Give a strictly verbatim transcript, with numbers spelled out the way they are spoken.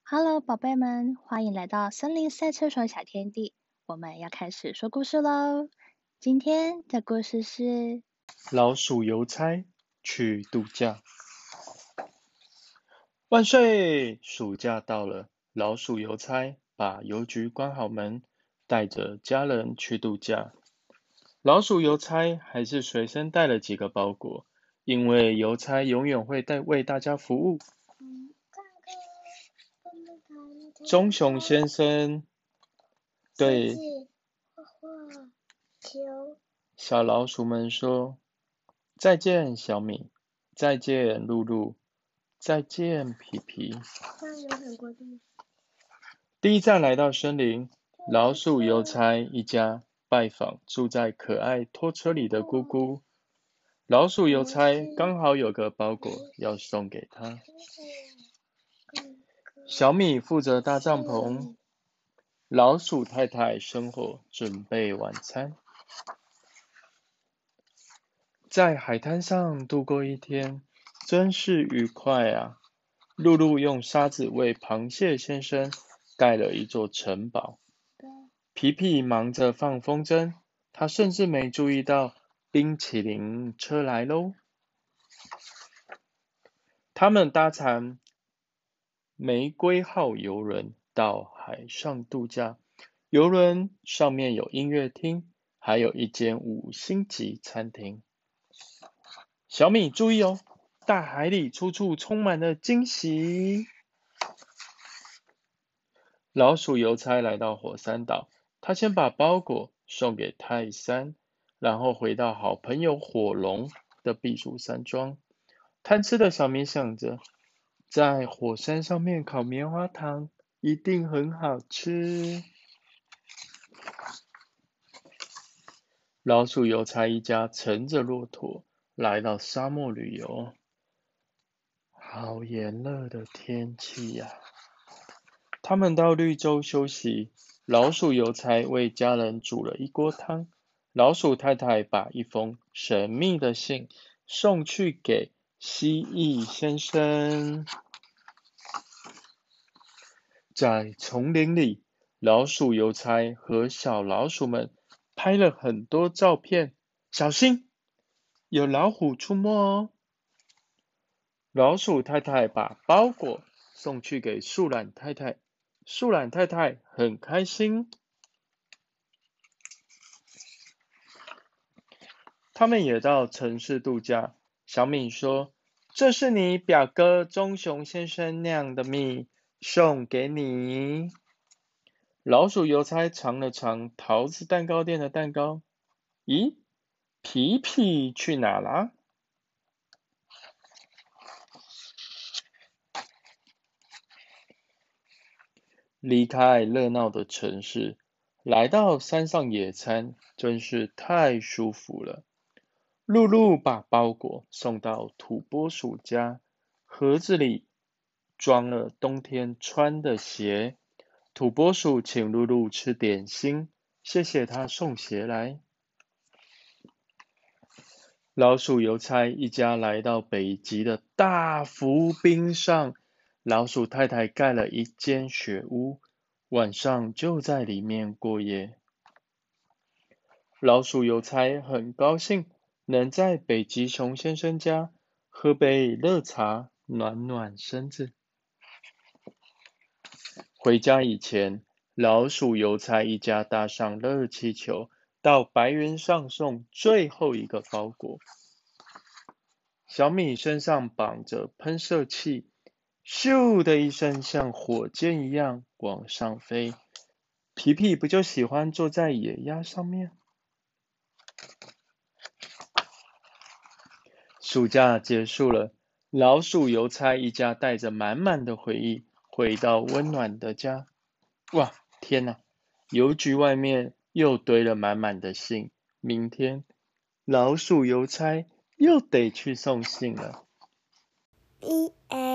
Hello，宝贝们，欢迎来到森林赛车手小天地。我们要开始说故事喽。今天的故事是老鼠邮差去度假。万岁！暑假到了，老鼠邮差把邮局关好门，带着家人去度假。老鼠邮差还是随身带了几个包裹，因为邮差永远会带为大家服务。棕熊先生对小老鼠们说：“再见，小米，再见，露露，再见，皮皮。”第一站来到森林，老鼠邮差一家拜访住在可爱拖车里的姑姑。老鼠邮差刚好有个包裹要送给他。小米负责搭帐篷，老鼠太太生火准备晚餐。在海滩上度过一天，真是愉快啊！露露用沙子为螃蟹先生盖了一座城堡。皮皮忙着放风筝，他甚至没注意到冰淇淋车来喽。他们搭乘玫瑰号邮轮到海上度假，邮轮上面有音乐厅，还有一间五星级餐厅。小米注意哦，大海里处处充满了惊喜。老鼠邮差来到火山岛，他先把包裹送给泰山，然后回到好朋友火龙的避暑山庄。贪吃的小米想着，在火山上面烤棉花糖一定很好吃。老鼠邮差一家乘着骆驼来到沙漠旅游，好炎热的天气呀！他们到绿洲休息，老鼠邮差为家人煮了一锅汤。老鼠太太把一封神秘的信送去给蜥蜴先生。在丛林里，老鼠邮差和小老鼠们拍了很多照片。小心，有老虎出没哦！老鼠太太把包裹送去给树懒太太，树懒太太很开心。他们也到城市度假。小米说：“这是你表哥棕熊先生酿的蜜，送给你。”老鼠邮差尝了尝桃子蛋糕店的蛋糕，咦，皮皮去哪啦？离开热闹的城市，来到山上野餐，真是太舒服了。露露把包裹送到土拨鼠家，盒子里装了冬天穿的鞋。土拨鼠请露露吃点心，谢谢他送鞋来。老鼠邮差一家来到北极的大浮冰上，老鼠太太盖了一间雪屋，晚上就在里面过夜。老鼠邮差很高兴能在北极熊先生家喝杯热茶，暖暖身子。回家以前，老鼠邮差一家搭上热气球，到白云上送最后一个包裹。小米身上绑着喷射器，咻的一声像火箭一样往上飞。皮皮不就喜欢坐在野鸭上面？暑假结束了，老鼠邮差一家带着满满的回忆回到温暖的家。哇，天哪！邮局外面又堆了满满的信，明天老鼠邮差又得去送信了。 The end.